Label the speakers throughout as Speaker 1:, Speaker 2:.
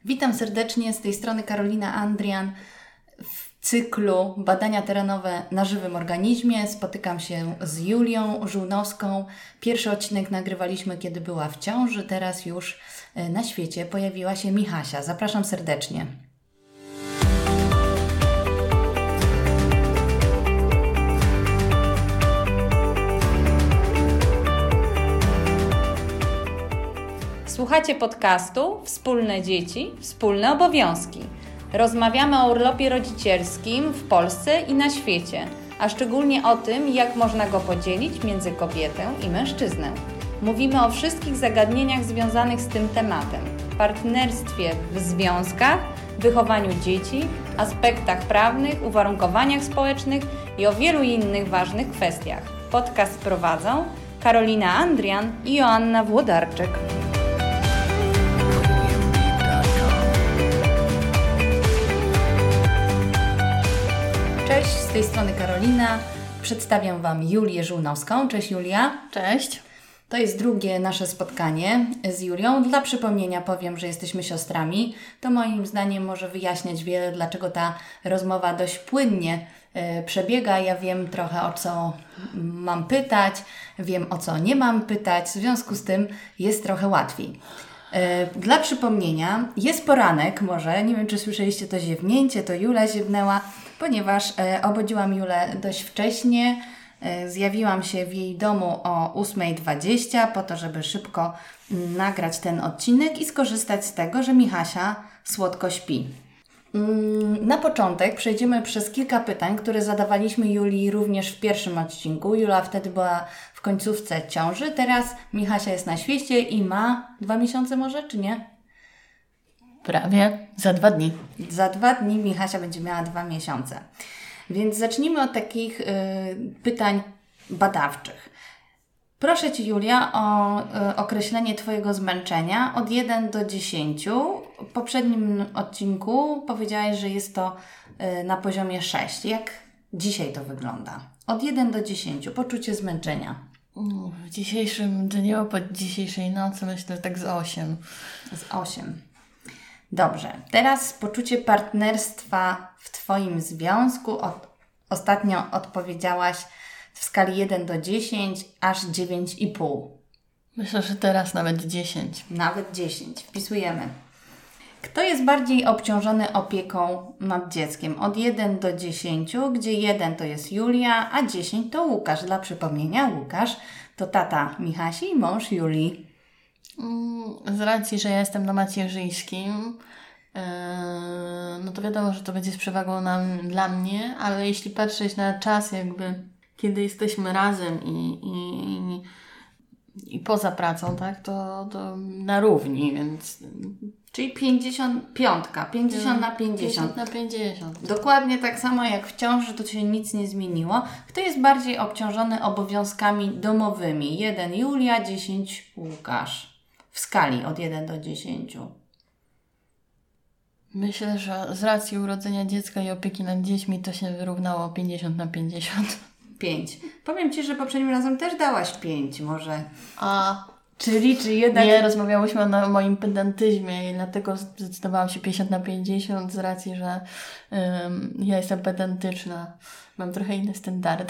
Speaker 1: Witam serdecznie, z tej strony Karolina Andrian. W cyklu Badania terenowe na żywym organizmie spotykam się z Julią Żółnowską. Pierwszy odcinek nagrywaliśmy, kiedy była w ciąży, teraz już na świecie pojawiła się Michasia. Zapraszam serdecznie.
Speaker 2: Słuchacie podcastu Wspólne dzieci, wspólne obowiązki. Rozmawiamy o urlopie rodzicielskim w Polsce i na świecie, a szczególnie o tym, jak można go podzielić między kobietę i mężczyznę. Mówimy o wszystkich zagadnieniach związanych z tym tematem, partnerstwie w związkach, wychowaniu dzieci, aspektach prawnych, uwarunkowaniach społecznych i o wielu innych ważnych kwestiach. Podcast prowadzą Karolina Andrian i Joanna Włodarczyk.
Speaker 1: Cześć, z tej strony Karolina. Przedstawiam Wam Julię Żółnowską. Cześć Julia.
Speaker 3: Cześć.
Speaker 1: To jest drugie nasze spotkanie z Julią. Dla przypomnienia powiem, że jesteśmy siostrami. To moim zdaniem może wyjaśniać wiele, dlaczego ta rozmowa dość płynnie przebiega. Ja wiem trochę, o co mam pytać, wiem, o co nie mam pytać. W związku z tym jest trochę łatwiej. Dla przypomnienia, jest poranek może, nie wiem, czy słyszeliście to ziewnięcie, to Jula ziewnęła, ponieważ obudziłam Julę dość wcześnie. Zjawiłam się w jej domu o 8:20 po to, żeby szybko nagrać ten odcinek i skorzystać z tego, że Michasia słodko śpi. Na początek przejdziemy przez kilka pytań, które zadawaliśmy Julii również w pierwszym odcinku. Jula wtedy była w końcówce ciąży, teraz Michasia jest na świecie i ma 2 miesiące może, czy nie?
Speaker 3: Prawie. Za 2 dni.
Speaker 1: Za 2 dni Michasia będzie miała 2 miesiące. Więc zacznijmy od takich pytań badawczych. Proszę Cię, Julia, o określenie Twojego zmęczenia od 1 do 10. W poprzednim odcinku powiedziałaś, że jest to na poziomie 6. Jak dzisiaj to wygląda? Od 1 do 10. Poczucie zmęczenia.
Speaker 3: W dzisiejszym dniu, po dzisiejszej nocy myślę tak z 8.
Speaker 1: Z 8. Dobrze. Teraz poczucie partnerstwa w Twoim związku. Ostatnio odpowiedziałaś w skali 1 do 10, aż 9,5.
Speaker 3: Myślę, że teraz nawet 10.
Speaker 1: Nawet 10. Wpisujemy. Kto jest bardziej obciążony opieką nad dzieckiem? Od 1 do 10, gdzie 1 to jest Julia, a 10 to Łukasz. Dla przypomnienia, Łukasz to tata Michasi i mąż Julii.
Speaker 3: Z racji, że ja jestem na macierzyńskim, no to wiadomo, że to będzie z przewagą dla mnie, ale jeśli patrzeć na czas kiedy jesteśmy razem i poza pracą, tak, to na równi, więc...
Speaker 1: Czyli 50 na 50.
Speaker 3: 50 na 50.
Speaker 1: Dokładnie tak samo jak w ciąży, to się nic nie zmieniło. Kto jest bardziej obciążony obowiązkami domowymi? 1 Julia, 10 Łukasz. W skali od 1 do 10.
Speaker 3: Myślę, że z racji urodzenia dziecka i opieki nad dziećmi to się wyrównało 50 na 50.
Speaker 1: 5. Powiem Ci, że poprzednim razem też dałaś 5 może.
Speaker 3: Czyli
Speaker 1: czy jednak...
Speaker 3: Nie, rozmawiałyśmy o moim pedantyzmie i dlatego zdecydowałam się 50 na 50 z racji, że ja jestem pedantyczna. Mam trochę inne standardy.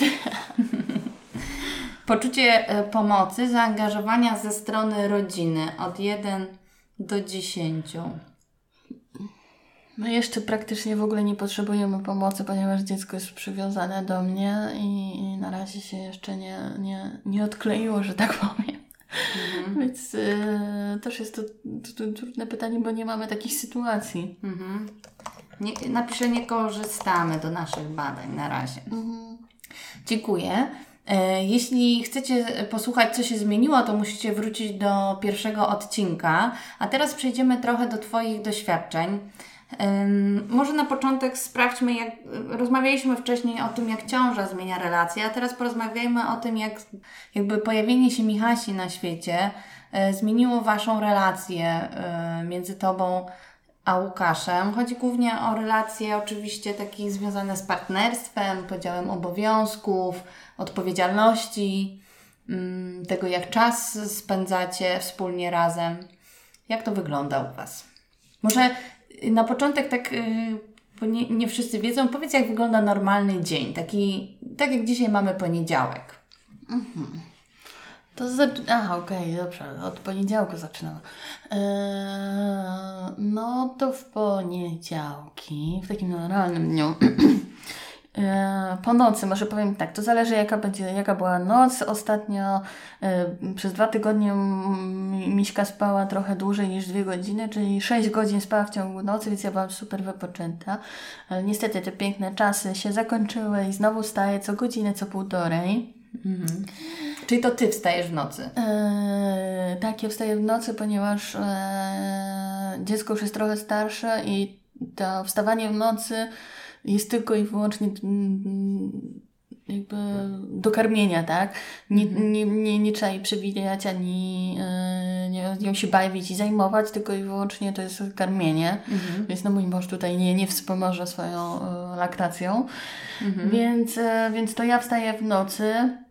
Speaker 1: Poczucie pomocy, zaangażowania ze strony rodziny od 1 do 10.
Speaker 3: My jeszcze praktycznie w ogóle nie potrzebujemy pomocy, ponieważ dziecko jest przywiązane do mnie i na razie się jeszcze nie odkleiło, że tak powiem. Więc też jest to trudne pytanie, bo nie mamy takich sytuacji.
Speaker 1: Napiszę, nie korzystamy do naszych badań na razie. Dziękuję. Jeśli chcecie posłuchać, co się zmieniło, to musicie wrócić do pierwszego odcinka. A teraz przejdziemy trochę do Twoich doświadczeń. Może na początek sprawdźmy, jak rozmawialiśmy wcześniej o tym, jak ciąża zmienia relacje, a teraz porozmawiajmy o tym, jak jakby pojawienie się Michasi na świecie zmieniło Waszą relację między Tobą a Łukaszem. Chodzi głównie o relacje oczywiście takie związane z partnerstwem, podziałem obowiązków, odpowiedzialności, tego jak czas spędzacie wspólnie razem. Jak to wygląda u Was? Może na początek tak, bo nie wszyscy wiedzą, powiedz jak wygląda normalny dzień, tak jak dzisiaj mamy poniedziałek.
Speaker 3: To okej, dobrze, od poniedziałku zaczynam. No to w poniedziałki, w takim normalnym dniu, po nocy, może powiem tak, to zależy jaka była noc. Ostatnio przez 2 tygodnie Miśka spała trochę dłużej niż 2 godziny, czyli 6 godzin spała w ciągu nocy, więc ja byłam super wypoczęta. Ale niestety te piękne czasy się zakończyły i znowu wstaję co godzinę, co półtorej.
Speaker 1: Czyli to Ty wstajesz w nocy?
Speaker 3: Tak, ja wstaję w nocy, ponieważ dziecko już jest trochę starsze i to wstawanie w nocy jest tylko i wyłącznie jakby do karmienia, tak? Nie trzeba jej przewijać, ani ją się bawić i zajmować, tylko i wyłącznie to jest karmienie. Więc no mój mąż tutaj nie wspomoże swoją laktacją. Więc to ja wstaję w nocy.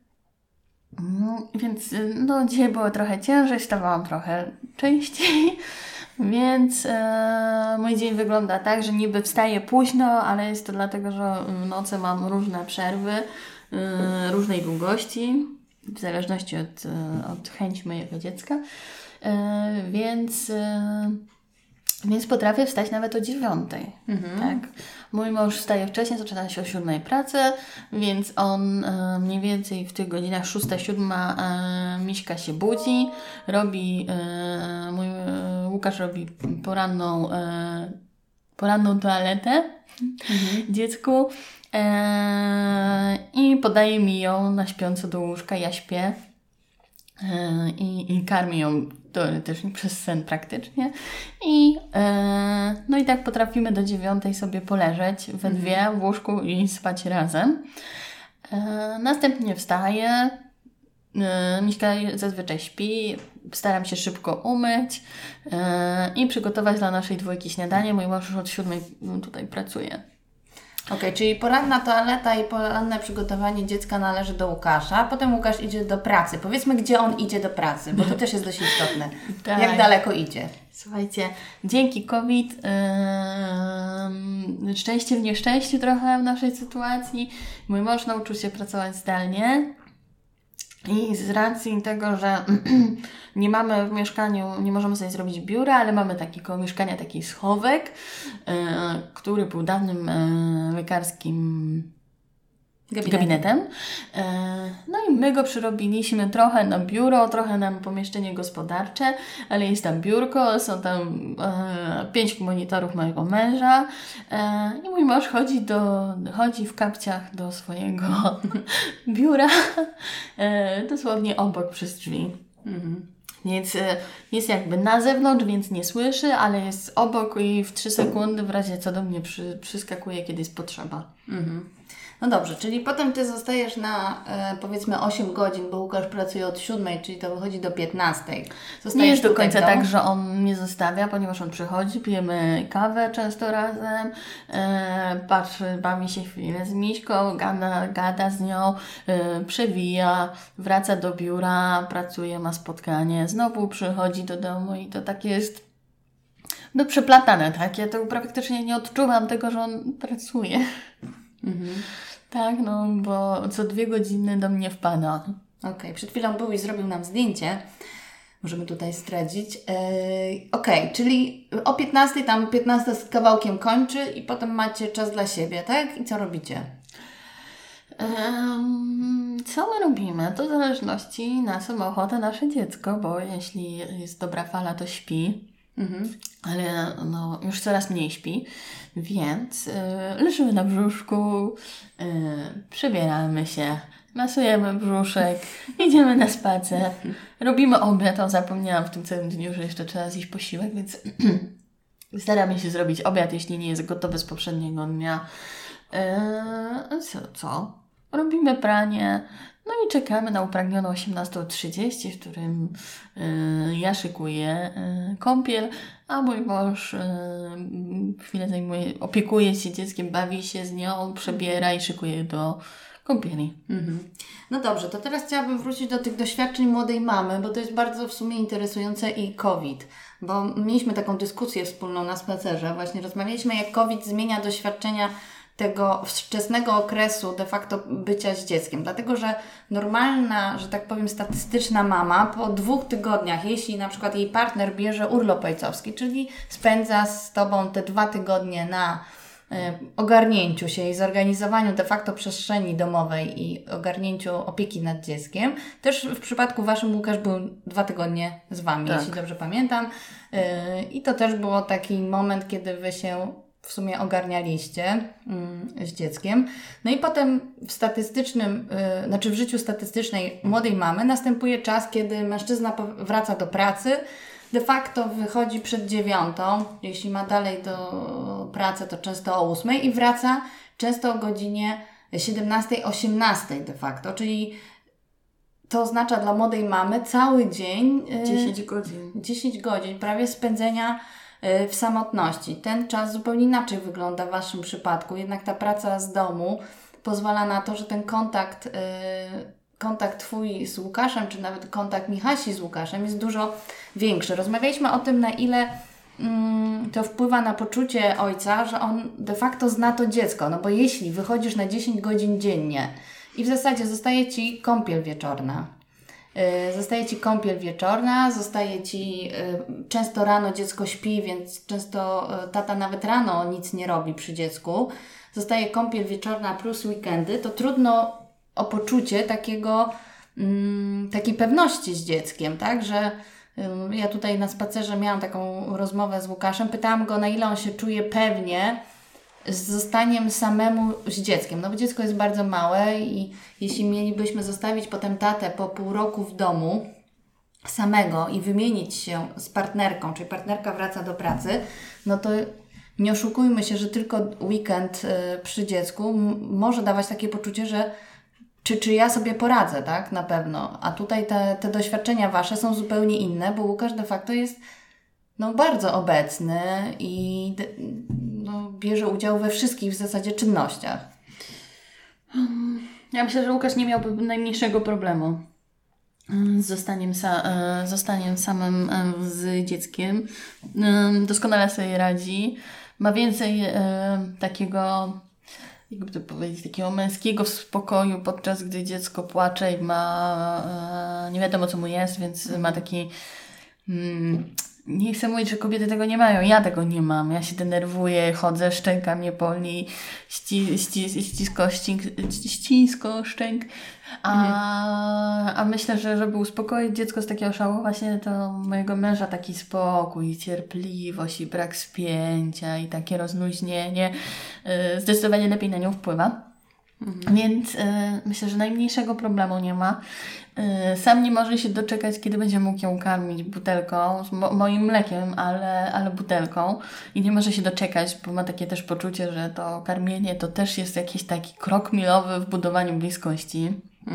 Speaker 3: Więc no dzisiaj było trochę ciężej, wstawałam trochę częściej. Więc mój dzień wygląda tak, że niby wstaję późno, ale jest to dlatego, że w nocy mam różne przerwy różnej długości, w zależności od chęci mojego dziecka. Więc potrafię wstać nawet o 9. Tak? Mój mąż wstaje wcześniej, zaczyna się o 7 pracę, więc on mniej więcej w tych godzinach 6-7 Miśka się budzi, mój Łukasz robi poranną toaletę dziecku i podaje mi ją na śpiąco do łóżka, ja śpię. I karmi ją teoretycznie przez sen praktycznie no i tak potrafimy do 9 sobie poleżeć we dwie w łóżku i spać razem. Następnie wstaję, Miśka zazwyczaj śpi, staram się szybko umyć i przygotować dla naszej dwójki śniadanie. Mój mąż już od 7 tutaj pracuje.
Speaker 1: Okej, czyli poranna toaleta i poranne przygotowanie dziecka należy do Łukasza, a potem Łukasz idzie do pracy. Powiedzmy, gdzie on idzie do pracy, bo to też jest dość istotne.
Speaker 3: Tak.
Speaker 1: Jak daleko idzie?
Speaker 3: Słuchajcie, dzięki COVID, szczęście w nieszczęściu trochę w naszej sytuacji, mój mąż nauczył się pracować zdalnie. I z racji tego, że nie mamy w mieszkaniu, nie możemy sobie zrobić biura, ale mamy koło mieszkania taki schowek, który był dawnym lekarskim gabinetem. No i my go przyrobiliśmy trochę na biuro, trochę na pomieszczenie gospodarcze, ale jest tam biurko, są tam 5 monitorów mojego męża i mój mąż chodzi w kapciach do swojego biura, dosłownie obok przez drzwi. Więc jest jakby na zewnątrz, więc nie słyszy, ale jest obok i w 3 sekundy w razie co do mnie przyskakuje, kiedy jest potrzeba.
Speaker 1: No dobrze, czyli potem Ty zostajesz na powiedzmy 8 godzin, bo Łukasz pracuje od 7, czyli to wychodzi do 15.
Speaker 3: Nie jest do końca tak, że on mnie zostawia, ponieważ on przychodzi, pijemy kawę często razem, bawi się chwilę z Miśką, gada z nią, przewija, wraca do biura, pracuje, ma spotkanie, znowu przychodzi do domu i to tak jest przeplatane, tak? Ja to praktycznie nie odczuwam tego, że on pracuje. Tak, bo co 2 godziny do mnie wpada.
Speaker 1: Okej, przed chwilą był i zrobił nam zdjęcie. Możemy tutaj zdradzić. Czyli o 15, tam 15 z kawałkiem kończy i potem macie czas dla siebie, tak? I co robicie?
Speaker 3: Co my robimy? To w zależności na co ma ochotę nasze dziecko, bo jeśli jest dobra fala, to śpi. Ale już coraz mniej śpi, więc leżymy na brzuszku, przebieramy się, masujemy brzuszek, idziemy na spacer, robimy obiad. Zapomniałam w tym całym dniu, że jeszcze trzeba zjeść posiłek, więc staramy się zrobić obiad, jeśli nie jest gotowy z poprzedniego dnia. Co? Robimy pranie. No i czekamy na upragnioną 18:30, w którym ja szykuję kąpiel, a mój mąż chwilę opiekuje się dzieckiem, bawi się z nią, przebiera i szykuje do kąpieli.
Speaker 1: No dobrze, to teraz chciałabym wrócić do tych doświadczeń młodej mamy, bo to jest bardzo w sumie interesujące i COVID. Bo mieliśmy taką dyskusję wspólną na spacerze, właśnie rozmawialiśmy, jak COVID zmienia doświadczenia tego wczesnego okresu de facto bycia z dzieckiem. Dlatego, że normalna, że tak powiem, statystyczna mama po 2 tygodniach, jeśli na przykład jej partner bierze urlop ojcowski, czyli spędza z Tobą te 2 tygodnie na ogarnięciu się i zorganizowaniu de facto przestrzeni domowej i ogarnięciu opieki nad dzieckiem. Też w przypadku Waszym Łukasz był 2 tygodnie z Wami, jeśli dobrze pamiętam. I to też było taki moment, kiedy Wy się w sumie ogarnialiście z dzieckiem. No i potem w statystycznym, w życiu statystycznej młodej mamy następuje czas, kiedy mężczyzna wraca do pracy, de facto wychodzi przed 9:00, jeśli ma dalej do pracy, to często o 8:00 i wraca często o godzinie 17:00, 18:00 de facto, czyli to oznacza dla młodej mamy cały dzień
Speaker 3: 10 godzin.
Speaker 1: 10 godzin prawie spędzenia w samotności. Ten czas zupełnie inaczej wygląda w Waszym przypadku, jednak ta praca z domu pozwala na to, że ten kontakt Twój z Łukaszem, czy nawet kontakt Michasi z Łukaszem jest dużo większy. Rozmawialiśmy o tym, na ile to wpływa na poczucie ojca, że on de facto zna to dziecko. No bo jeśli wychodzisz na 10 godzin dziennie i w zasadzie zostaje Ci kąpiel wieczorna, zostaje Ci często rano dziecko śpi, więc często tata nawet rano nic nie robi przy dziecku, zostaje kąpiel wieczorna plus weekendy, to trudno o poczucie takiej pewności z dzieckiem, tak, że ja tutaj na spacerze miałam taką rozmowę z Łukaszem, pytałam go, na ile on się czuje pewnie z zostaniem samemu z dzieckiem, no bo dziecko jest bardzo małe i jeśli mielibyśmy zostawić potem tatę po pół roku w domu samego i wymienić się z partnerką, czyli partnerka wraca do pracy, no to nie oszukujmy się, że tylko weekend przy dziecku może dawać takie poczucie, że czy ja sobie poradzę, tak? Na pewno. A tutaj te doświadczenia Wasze są zupełnie inne, bo Łukasz de facto jest bardzo obecny i bierze udział we wszystkich w zasadzie czynnościach.
Speaker 3: Ja myślę, że Łukasz nie miałby najmniejszego problemu z zostaniem samym z dzieckiem. Doskonale sobie radzi. Ma więcej takiego, jakby to powiedzieć, takiego męskiego spokoju, podczas gdy dziecko płacze i ma nie wiadomo co mu jest, więc ma taki nie chcę mówić, że kobiety tego nie mają. Ja tego nie mam. Ja się denerwuję, chodzę, szczęka mnie boli, ścisko szczęk. A myślę, że żeby uspokoić dziecko z takiego szału, właśnie to mojego męża taki spokój, cierpliwość i brak spięcia i takie rozluźnienie zdecydowanie lepiej na nią wpływa. Więc myślę, że najmniejszego problemu nie ma. Sam nie może się doczekać, kiedy będzie mógł ją karmić butelką, moim mlekiem, ale butelką. I nie może się doczekać, bo ma takie też poczucie, że to karmienie to też jest jakiś taki krok milowy w budowaniu bliskości.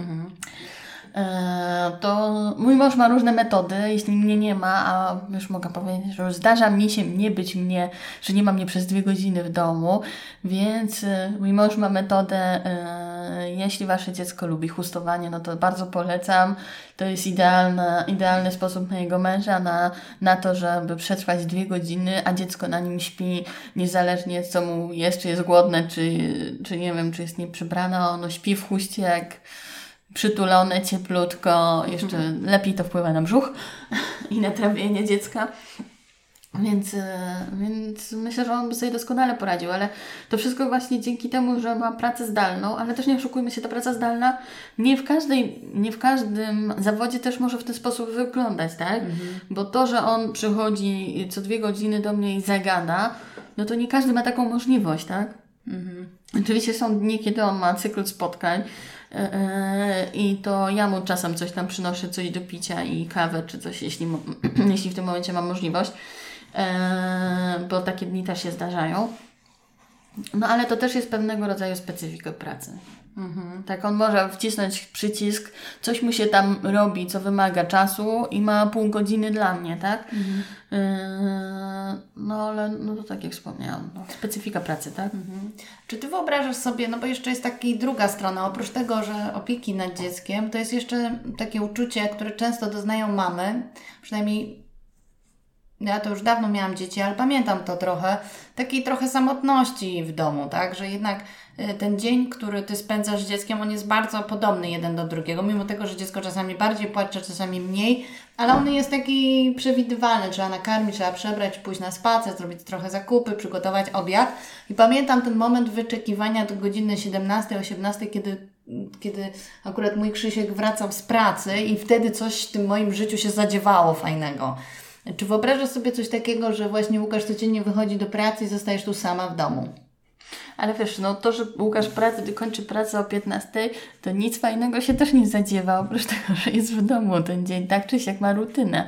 Speaker 3: To mój mąż ma różne metody, jeśli mnie nie ma, a już mogę powiedzieć, że już zdarza mi się nie być że nie ma mnie przez 2 godziny w domu, więc mój mąż ma metodę, jeśli Wasze dziecko lubi chustowanie, no to bardzo polecam. To jest idealny sposób mojego męża na to, żeby przetrwać 2 godziny, a dziecko na nim śpi, niezależnie co mu jest, czy jest głodne, czy nie wiem, czy jest nieprzybrane, ono śpi w chuście jak przytulone, cieplutko, jeszcze lepiej to wpływa na brzuch i na trawienie dziecka. Więc myślę, że on by sobie doskonale poradził, ale to wszystko właśnie dzięki temu, że ma pracę zdalną, ale też nie oszukujmy się, ta praca zdalna nie w każdym zawodzie też może w ten sposób wyglądać, tak? Bo to, że on przychodzi co 2 godziny do mnie i zagada, no to nie każdy ma taką możliwość, tak? Oczywiście są dni, kiedy on ma cykl spotkań, i to ja mu czasem coś tam przynoszę, coś do picia i kawę czy coś, jeśli w tym momencie mam możliwość, bo takie dni też się zdarzają. No ale to też jest pewnego rodzaju specyfika pracy. Tak, on może wcisnąć przycisk, coś mu się tam robi, co wymaga czasu i ma pół godziny dla mnie, tak? No ale no to tak jak wspomniałam, specyfika pracy, tak?
Speaker 1: Czy Ty wyobrażasz sobie, no bo jeszcze jest taka druga strona, oprócz tego, że opieki nad dzieckiem, to jest jeszcze takie uczucie, które często doznają mamy, przynajmniej ja to już dawno miałam dzieci, ale pamiętam to trochę, takiej trochę samotności w domu, tak, że jednak ten dzień, który Ty spędzasz z dzieckiem, on jest bardzo podobny jeden do drugiego, mimo tego, że dziecko czasami bardziej płacze, czasami mniej, ale on jest taki przewidywalny, trzeba nakarmić, trzeba przebrać, pójść na spacer, zrobić trochę zakupy, przygotować obiad i pamiętam ten moment wyczekiwania do godziny 17-18, kiedy akurat mój Krzysiek wracał z pracy i wtedy coś w tym moim życiu się zadziewało fajnego. Czy wyobrażasz sobie coś takiego, że właśnie Łukasz codziennie wychodzi do pracy i zostajesz tu sama w domu?
Speaker 3: Ale wiesz, no to, że Łukasz kończy pracę o 15, to nic fajnego się też nie zadziewa, oprócz tego, że jest w domu ten dzień, tak czy siak ma rutynę.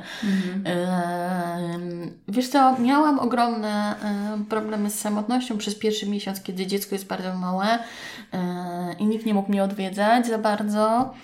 Speaker 3: Wiesz co, miałam ogromne problemy z samotnością przez pierwszy miesiąc, kiedy dziecko jest bardzo małe i nikt nie mógł mnie odwiedzać za bardzo.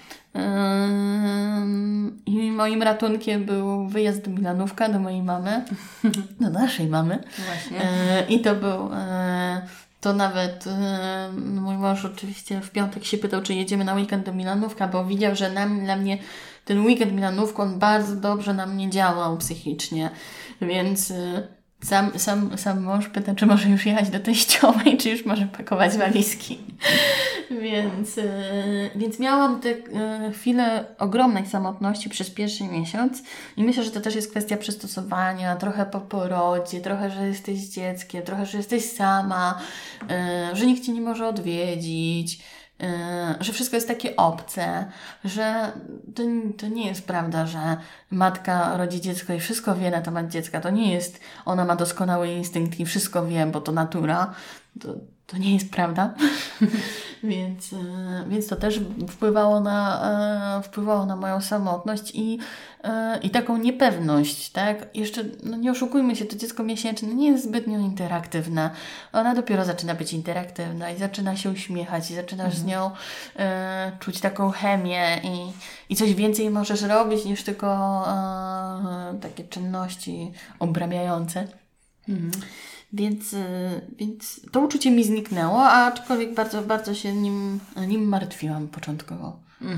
Speaker 3: I moim ratunkiem był wyjazd do Milanówka, do mojej mamy, do naszej mamy.
Speaker 1: Właśnie.
Speaker 3: I to był... To nawet mój mąż oczywiście w piątek się pytał, czy jedziemy na weekend do Milanówka, bo widział, że dla mnie ten weekend Milanówka, on bardzo dobrze na mnie działał psychicznie, więc sam mąż pyta, czy może już jechać do teściowej, czy już może pakować walizki. Więc miałam te chwile ogromnej samotności przez pierwszy miesiąc i myślę, że to też jest kwestia przystosowania, trochę po porodzie, trochę, że jesteś z dzieckiem, trochę, że jesteś sama, że nikt Cię nie może odwiedzić, że wszystko jest takie obce, że to nie jest prawda, że matka rodzi dziecko i wszystko wie na temat dziecka. To nie jest, ona ma doskonały instynkt i wszystko wie, bo to natura. To nie jest prawda. Więc to też wpływało na moją samotność i taką niepewność, tak? Jeszcze, no nie oszukujmy się, to dziecko miesięczne nie jest zbytnio interaktywne. Ona dopiero zaczyna być interaktywna i zaczyna się uśmiechać i zaczynasz z nią czuć taką chemię i coś więcej możesz robić niż tylko takie czynności obrabiające. Więc to uczucie mi zniknęło, aczkolwiek bardzo, bardzo się nim martwiłam początkowo.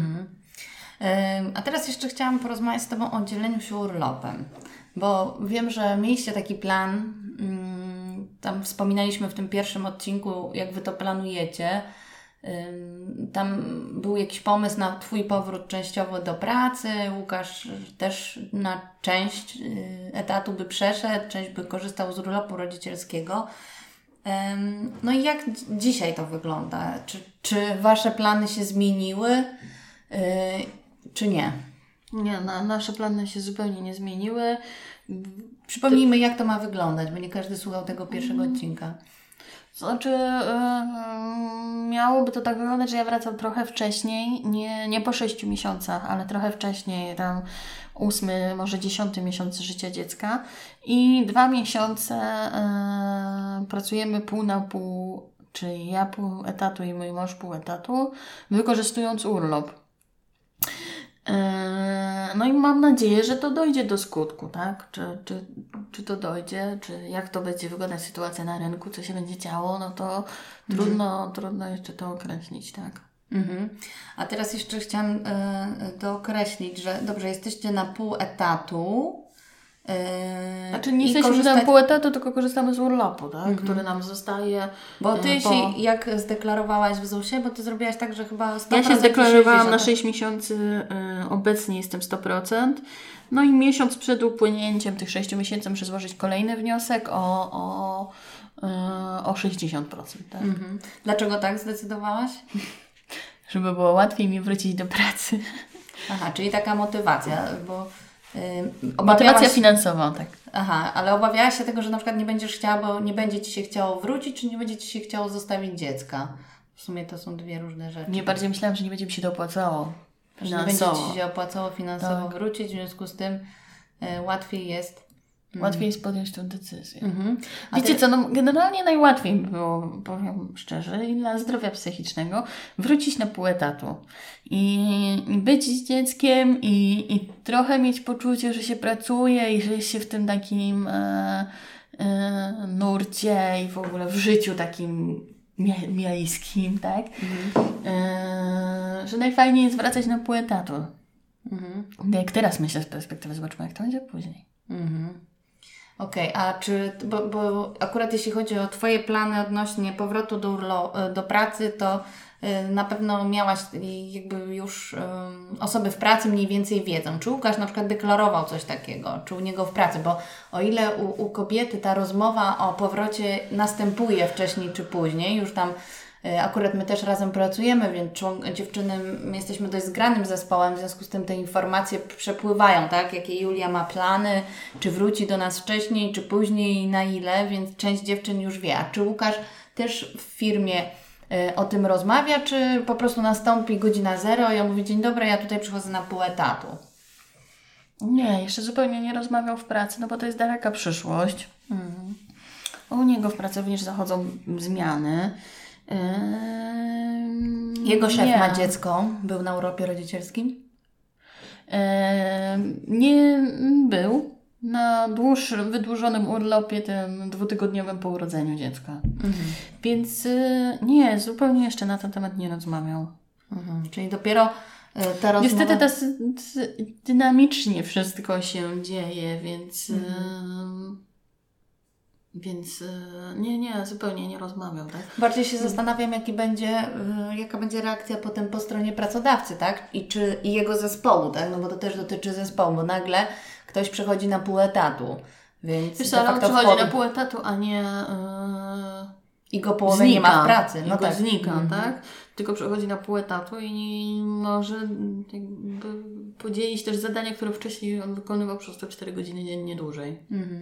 Speaker 1: A teraz jeszcze chciałam porozmawiać z Tobą o dzieleniu się urlopem, bo wiem, że mieliście taki plan, tam wspominaliśmy w tym pierwszym odcinku, jak Wy to planujecie. Tam był jakiś pomysł na Twój powrót częściowo do pracy, Łukasz też na część etatu by przeszedł, część by korzystał z urlopu rodzicielskiego. No i jak dzisiaj to wygląda? Czy Wasze plany się zmieniły, czy nie?
Speaker 3: Nie, nasze plany się zupełnie nie zmieniły.
Speaker 1: Przypomnijmy, jak to ma wyglądać, bo nie każdy słuchał tego pierwszego odcinka.
Speaker 3: Znaczy, miałoby to tak wyglądać, że ja wracam trochę wcześniej, nie po 6 miesiącach, ale trochę wcześniej, tam 8, może 10 miesiąc życia dziecka i 2 miesiące pracujemy pół na pół, czyli ja pół etatu i mój mąż pół etatu, wykorzystując urlop. No i mam nadzieję, że to dojdzie do skutku, tak? Czy to dojdzie, czy jak to będzie wyglądać sytuacja na rynku, co się będzie działo, no to trudno jeszcze to określić, tak?
Speaker 1: A teraz jeszcze chciałam dookreślić, że dobrze, jesteście na pół etatu.
Speaker 3: Znaczy nie jesteśmy na pół etatu, tylko korzystamy z urlopu, tak? Który nam zostaje.
Speaker 1: Bo Ty się jak zdeklarowałaś w ZUS-ie, bo Ty zrobiłaś tak, że chyba 100%.
Speaker 3: Ja się zdeklarowałam na 6 miesięcy, obecnie jestem 100%. No i miesiąc przed upłynięciem tych 6 miesięcy muszę złożyć kolejny wniosek o 60%. Tak?
Speaker 1: Dlaczego tak zdecydowałaś?
Speaker 3: Żeby było łatwiej mi wrócić do pracy.
Speaker 1: Aha, czyli taka motywacja, bo
Speaker 3: motywacja finansowa, tak.
Speaker 1: Aha, ale obawiałaś się tego, że na przykład nie będziesz chciała, bo nie będzie Ci się chciało wrócić, czy nie będzie Ci się chciało zostawić dziecka? W sumie to są dwie różne rzeczy.
Speaker 3: Nie, bardziej myślałam, że nie będzie mi się to opłacało
Speaker 1: finansowo. Że nie będzie Ci się opłacało finansowo wrócić, w związku z tym łatwiej jest
Speaker 3: Łatwiej jest podjąć tę decyzję. Wiecie co, no generalnie najłatwiej było, powiem szczerze, i dla zdrowia psychicznego wrócić na pół etatu. I być z dzieckiem i trochę mieć poczucie, że się pracuje i że jest się w tym takim nurcie i w ogóle w życiu takim miejskim, tak? Że najfajniej jest wracać na pół etatu. Jak teraz myślę z perspektywy, zobaczymy jak to będzie później.
Speaker 1: Okej, a czy, bo akurat jeśli chodzi o Twoje plany odnośnie powrotu do pracy, to na pewno miałaś jakby już osoby w pracy mniej więcej wiedzą. Czy Łukasz na przykład deklarował coś takiego, czy u niego w pracy? Bo o ile u kobiety ta rozmowa o powrocie następuje wcześniej czy później, już tam akurat my też razem pracujemy, więc dziewczyny, my jesteśmy dość zgranym zespołem, w związku z tym te informacje przepływają, tak? Jakie Julia ma plany, czy wróci do nas wcześniej, czy później, na ile, więc część dziewczyn już wie. A czy Łukasz też w firmie o tym rozmawia, czy po prostu nastąpi godzina 0 i on mówi: dzień dobry, ja tutaj przychodzę na pół etatu?
Speaker 3: Nie, jeszcze zupełnie nie rozmawiał w pracy, no bo to jest daleka przyszłość. U niego w pracy również zachodzą zmiany.
Speaker 1: Jego szef ma dziecko, był na urlopie rodzicielskim?
Speaker 3: Nie był. Na wydłużonym urlopie, tym 2-tygodniowym po urodzeniu dziecka. Więc nie, zupełnie jeszcze na ten temat nie rozmawiał.
Speaker 1: Czyli dopiero ta rozmowa...
Speaker 3: Niestety dynamicznie wszystko się dzieje, więc nie, zupełnie nie rozmawiał, tak?
Speaker 1: Bardziej się zastanawiam, jaka będzie reakcja potem po stronie pracodawcy, tak? I jego zespołu, tak? No bo to też dotyczy zespołu, bo nagle ktoś przechodzi na pół etatu, więc
Speaker 3: wiesz, ale on przechodzi na pół etatu, a nie
Speaker 1: i go połowę nie ma w pracy.
Speaker 3: No tak. Znika, tak? Tylko przechodzi na pół etatu i może jakby podzielić też zadania, które wcześniej on wykonywał przez te 4 godziny dziennie dłużej.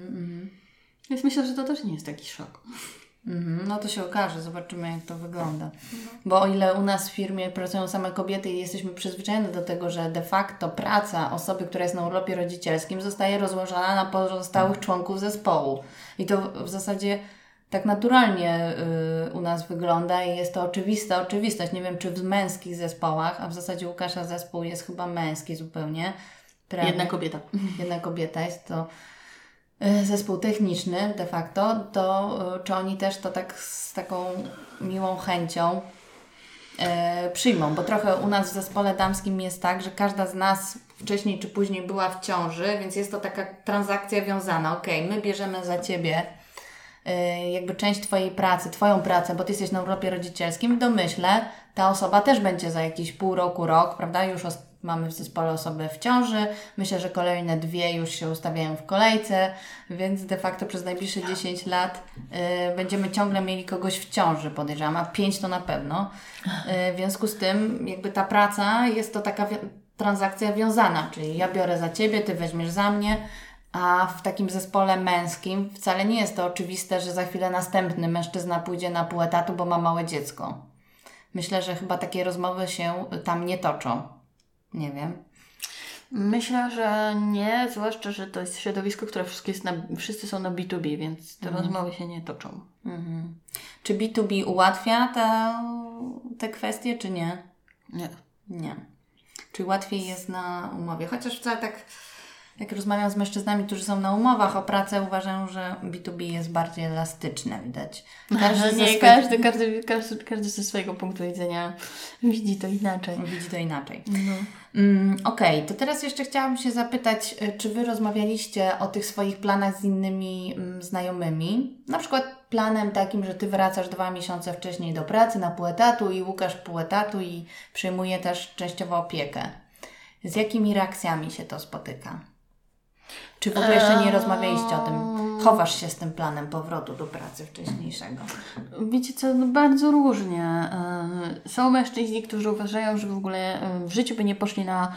Speaker 3: Więc myślę, że to też nie jest taki szok.
Speaker 1: No to się okaże, zobaczymy jak to wygląda. Bo o ile u nas w firmie pracują same kobiety i jesteśmy przyzwyczajeni do tego, że de facto praca osoby, która jest na urlopie rodzicielskim, zostaje rozłożona na pozostałych członków zespołu. I to w zasadzie tak naturalnie u nas wygląda i jest to oczywistość. Nie wiem, czy w męskich zespołach, a w zasadzie Łukasza zespół jest chyba męski zupełnie.
Speaker 3: Jedna kobieta.
Speaker 1: Jedna kobieta, jest to zespół techniczny de facto, to czy oni też to tak z taką miłą chęcią przyjmą, bo trochę u nas w zespole damskim jest tak, że każda z nas wcześniej czy później była w ciąży, więc jest to taka transakcja wiązana. Okej, my bierzemy za Ciebie jakby część Twojej pracy, Twoją pracę, bo Ty jesteś na urlopie rodzicielskim, w domyśle ta osoba też będzie za jakieś pół roku, rok, prawda? Już mamy w zespole osoby w ciąży. Myślę, że kolejne 2 już się ustawiają w kolejce, więc de facto przez najbliższe 10 lat będziemy ciągle mieli kogoś w ciąży, podejrzewam, a 5 to na pewno. W związku z tym jakby ta praca jest to taka transakcja wiązana, czyli ja biorę za Ciebie, Ty weźmiesz za mnie, a w takim zespole męskim wcale nie jest to oczywiste, że za chwilę następny mężczyzna pójdzie na pół etatu, bo ma małe dziecko. Myślę, że chyba takie rozmowy się tam nie toczą. Nie wiem.
Speaker 3: Myślę, że nie, zwłaszcza, że to jest środowisko, które wszyscy są na B2B, więc te rozmowy się nie toczą.
Speaker 1: Czy B2B ułatwia te kwestie, czy nie? Nie. Czyli łatwiej jest na umowie. Chociaż wcale tak, jak rozmawiam z mężczyznami, którzy są na umowach o pracę, uważają, że B2B jest bardziej elastyczne, widać.
Speaker 3: Każdy ze swojego punktu widzenia widzi to inaczej.
Speaker 1: Okej, to teraz jeszcze chciałam się zapytać, czy Wy rozmawialiście o tych swoich planach z innymi znajomymi? Na przykład planem takim, że Ty wracasz 2 miesiące wcześniej do pracy na pół etatu i Łukasz pół etatu i przyjmuje też częściowo opiekę. Z jakimi reakcjami się to spotyka? Czy w ogóle jeszcze nie rozmawialiście o tym? Chowasz się z tym planem powrotu do pracy wcześniejszego?
Speaker 3: Wiecie co, no bardzo różnie. Są mężczyźni, którzy uważają, że w ogóle w życiu by nie poszli na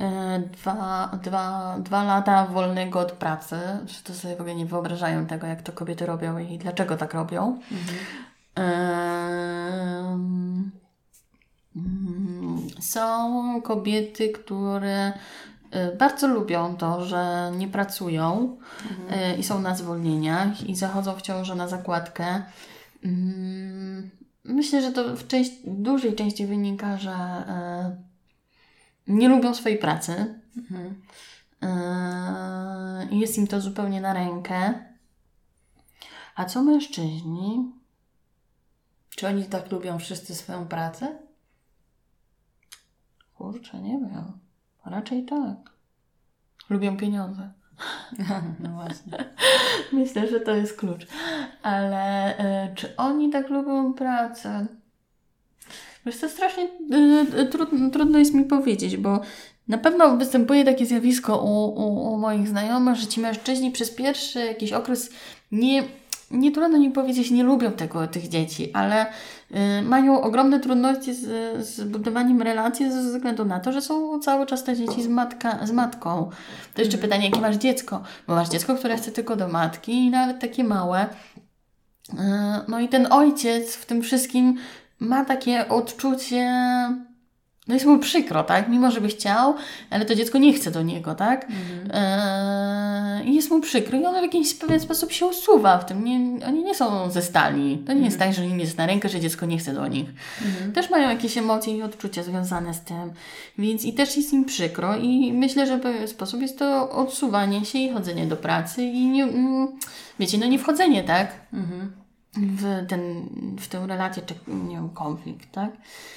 Speaker 3: 2 lata wolnego od pracy, że to sobie w ogóle nie wyobrażają tego, jak to kobiety robią i dlaczego tak robią. Są kobiety, które bardzo lubią to, że nie pracują i są na zwolnieniach i zachodzą w ciąży na zakładkę. Myślę, że to w dużej części wynika, że nie lubią swojej pracy. I jest im to zupełnie na rękę. A co mężczyźni?
Speaker 1: Czy oni tak lubią wszyscy swoją pracę?
Speaker 3: Kurczę, nie wiem. Raczej tak. Lubią pieniądze.
Speaker 1: No właśnie.
Speaker 3: Myślę, że to jest klucz. Ale czy oni tak lubią pracę? Wiesz co, strasznie trudno jest mi powiedzieć, bo na pewno występuje takie zjawisko u moich znajomych, że ci mężczyźni przez pierwszy jakiś okres nie trudno mi powiedzieć, nie lubią tych dzieci, ale mają ogromne trudności z budowaniem relacji ze względu na to, że są cały czas te dzieci z matką. To jeszcze pytanie, jakie masz dziecko? Bo masz dziecko, które chce tylko do matki i nawet takie małe. No i ten ojciec w tym wszystkim ma takie odczucie, no jest mu przykro, tak? Mimo, że by chciał, ale to dziecko nie chce do niego, tak? I jest mu przykro i on w jakiś pewien sposób się usuwa w tym. Oni nie są ze stali. To nie jest tak, że im jest na rękę, że dziecko nie chce do nich. Też mają jakieś emocje i odczucia związane z tym. Więc i też jest im przykro i myślę, że w pewien sposób jest to odsuwanie się i chodzenie do pracy i nie wchodzenie, tak? W tę relację czy konflikt, tak?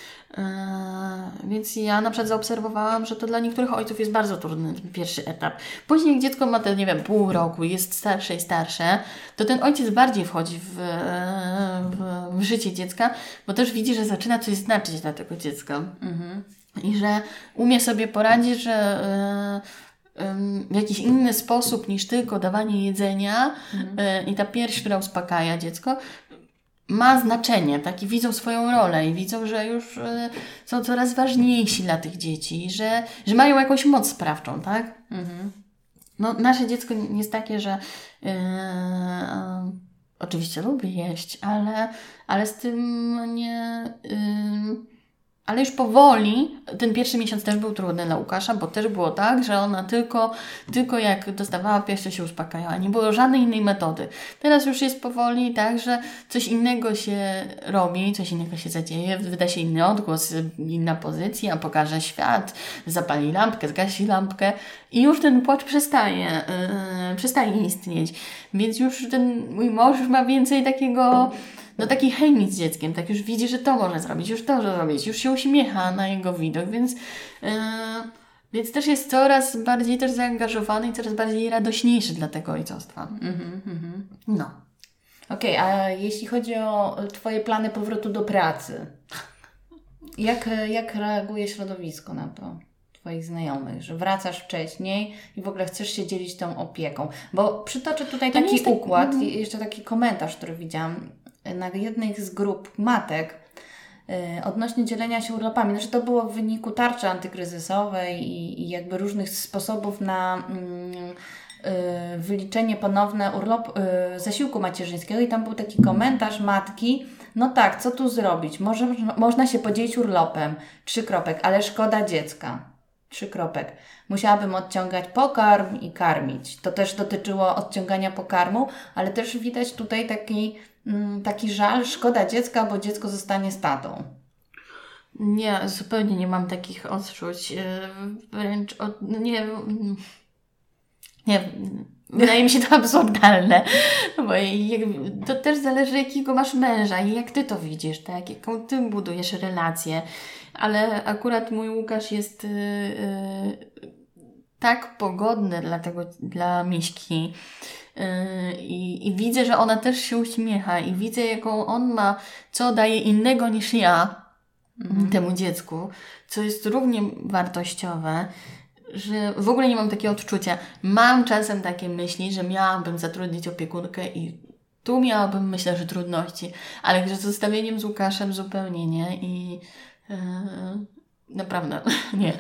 Speaker 3: Więc ja na przykład zaobserwowałam, że to dla niektórych ojców jest bardzo trudny ten pierwszy etap. Później jak dziecko ma te, pół roku, jest starsze i starsze, to ten ojciec bardziej wchodzi w życie dziecka, bo też widzi, że zaczyna coś znaczyć dla tego dziecka. I że umie sobie poradzić, że w jakiś inny sposób niż tylko dawanie jedzenia i ta pierś, która uspokaja dziecko, ma znaczenie, tak? I widzą swoją rolę i widzą, że już są coraz ważniejsi dla tych dzieci, że mają jakąś moc sprawczą, tak? No, nasze dziecko jest takie, że oczywiście lubi jeść, ale z tym nie... Ale już powoli, ten pierwszy miesiąc też był trudny dla Łukasza, bo też było tak, że ona tylko jak dostawała pierś, to się uspokajała. Nie było żadnej innej metody. Teraz już jest powoli tak, że coś innego się robi, coś innego się zadzieje, wyda się inny odgłos, inna pozycja, pokaże świat, zapali lampkę, zgasi lampkę i już ten płacz przestaje istnieć. Więc już ten mój mąż już ma więcej takiej chemii z dzieckiem, tak już widzi, że to może zrobić, już to może zrobić, już się uśmiecha na jego widok, więc też jest coraz bardziej też zaangażowany i coraz bardziej radośniejszy dla tego ojcostwa. No.
Speaker 1: Okej, a jeśli chodzi o Twoje plany powrotu do pracy, jak reaguje środowisko na to? Twoich znajomych, że wracasz wcześniej i w ogóle chcesz się dzielić tą opieką. Bo przytoczę tutaj taki układ, jeszcze taki komentarz, który widziałam na jednej z grup matek odnośnie dzielenia się urlopami. Znaczy to było w wyniku tarczy antykryzysowej i jakby różnych sposobów na wyliczenie ponowne zasiłku macierzyńskiego i tam był taki komentarz matki, no tak, co tu zrobić? Można się podzielić urlopem, 3 kropek, ale szkoda dziecka. 3 kropek. Musiałabym odciągać pokarm i karmić. To też dotyczyło odciągania pokarmu, ale też widać tutaj taki żal, szkoda dziecka, bo dziecko zostanie z tatą.
Speaker 3: Nie, zupełnie nie mam takich odczuć. Wręcz wydaje mi się to absurdalne, bo to też zależy, jakiego masz męża i jak Ty to widzisz, tak? Jaką Ty budujesz relację. Ale akurat mój Łukasz jest tak pogodny dla Miśki i widzę, że ona też się uśmiecha i widzę, jaką on ma, co daje innego niż ja temu dziecku, co jest równie wartościowe, że w ogóle nie mam takiego odczucia. Mam czasem takie myśli, że miałabym zatrudnić opiekunkę i tu miałabym, myślę, że trudności, ale że z zostawieniem z Łukaszem zupełnie nie i naprawdę nie.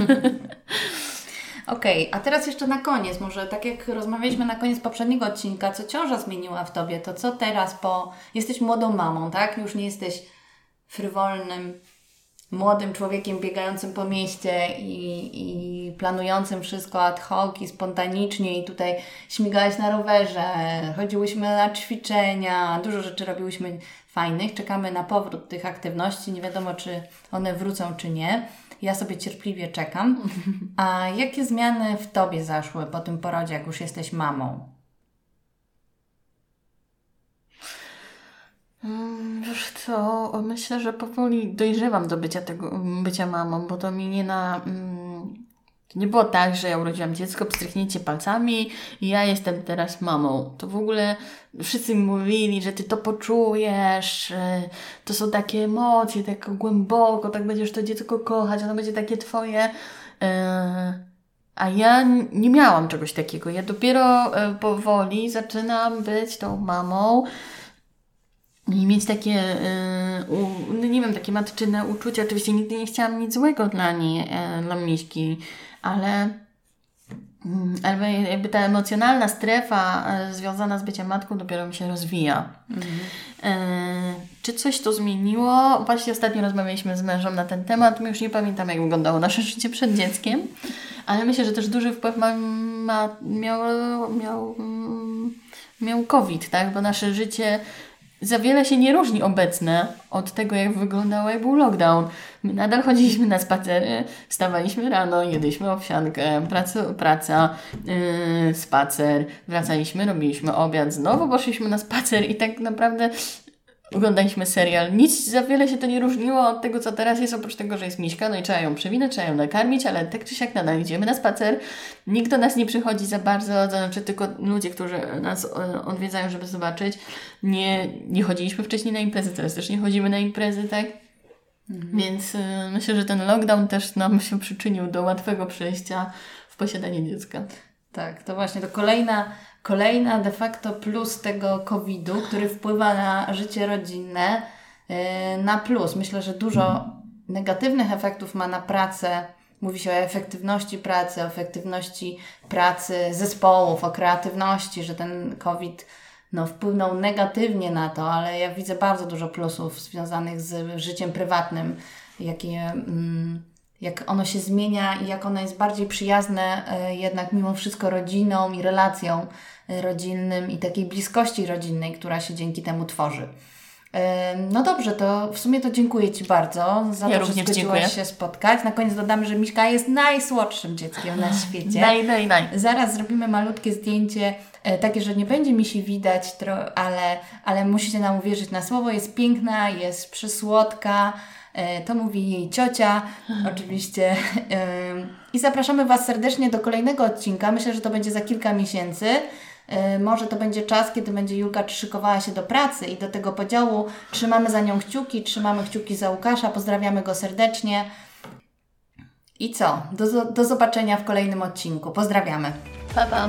Speaker 1: Okej, a teraz jeszcze na koniec, może tak jak rozmawialiśmy na koniec poprzedniego odcinka, co ciąża zmieniła w Tobie, to co teraz jesteś młodą mamą, tak? Już nie jesteś frywolnym młodym człowiekiem biegającym po mieście i planującym wszystko ad hoc i spontanicznie i tutaj śmigałeś na rowerze, chodziłyśmy na ćwiczenia, dużo rzeczy robiłyśmy fajnych, czekamy na powrót tych aktywności, nie wiadomo czy one wrócą czy nie. Ja sobie cierpliwie czekam. A jakie zmiany w Tobie zaszły po tym porodzie, jak już jesteś mamą?
Speaker 3: Wiesz co, myślę, że powoli dojrzewam do bycia mamą, bo to mi nie było tak, że ja urodziłam dziecko, pstryknięcie palcami i ja jestem teraz mamą. To w ogóle wszyscy mi mówili, że ty to poczujesz, to są takie emocje, tak głęboko, tak będziesz to dziecko kochać, ono będzie takie twoje. A ja nie miałam czegoś takiego. Ja dopiero powoli zaczynam być tą mamą i mieć takie, nie wiem, takie matczyne uczucia. Oczywiście nigdy nie chciałam nic złego dla niej, dla Miśki, ale jakby ta emocjonalna strefa związana z byciem matką dopiero mi się rozwija. Czy coś to zmieniło? Właśnie ostatnio rozmawialiśmy z mężem na ten temat. My już nie pamiętam, jak wyglądało nasze życie przed dzieckiem, ale myślę, że też duży wpływ miał COVID, tak? Bo nasze życie za wiele się nie różni obecne od tego, jak wyglądało, jak był lockdown. My nadal chodziliśmy na spacery, wstawaliśmy rano, jedliśmy owsiankę, praca, spacer, wracaliśmy, robiliśmy obiad, znowu poszliśmy na spacer i tak naprawdę oglądaliśmy serial. Nic za wiele się to nie różniło od tego, co teraz jest, oprócz tego, że jest Miśka, no i trzeba ją przewinąć, trzeba ją nakarmić, ale tak czy siak nadal idziemy na spacer. Nikt do nas nie przychodzi za bardzo, to znaczy tylko ludzie, którzy nas odwiedzają, żeby zobaczyć. Nie chodziliśmy wcześniej na imprezy, teraz też nie chodzimy na imprezy, tak? Więc myślę, że ten lockdown też nam się przyczynił do łatwego przejścia w posiadanie dziecka.
Speaker 1: Tak, to właśnie to kolejna de facto plus tego COVID-u, który wpływa na życie rodzinne, na plus. Myślę, że dużo negatywnych efektów ma na pracę. Mówi się o efektywności pracy zespołów, o kreatywności, że ten COVID wpłynął negatywnie na to, ale ja widzę bardzo dużo plusów związanych z życiem prywatnym, jak ono się zmienia i jak ono jest bardziej przyjazne jednak mimo wszystko rodzinom i relacjom rodzinnym i takiej bliskości rodzinnej, która się dzięki temu tworzy. No dobrze, to w sumie to dziękuję Ci bardzo za to, że zgodziłaś się spotkać. Na koniec dodamy, że Miśka jest najsłodszym dzieckiem na świecie.
Speaker 3: Daj.
Speaker 1: Zaraz zrobimy malutkie zdjęcie, takie, że nie będzie Misi widać, ale musicie nam uwierzyć na słowo. Jest piękna, jest przysłodka. To mówi jej ciocia, oczywiście. I zapraszamy Was serdecznie do kolejnego odcinka. Myślę, że to będzie za kilka miesięcy. Może to będzie czas, kiedy będzie Julka szykowała się do pracy i do tego podziału. Trzymamy za nią kciuki, trzymamy kciuki za Łukasza, pozdrawiamy go serdecznie. I co? Do zobaczenia w kolejnym odcinku. Pozdrawiamy.
Speaker 3: Pa, pa.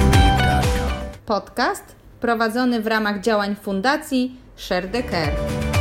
Speaker 2: Podcast prowadzony w ramach działań Fundacji Share the Care.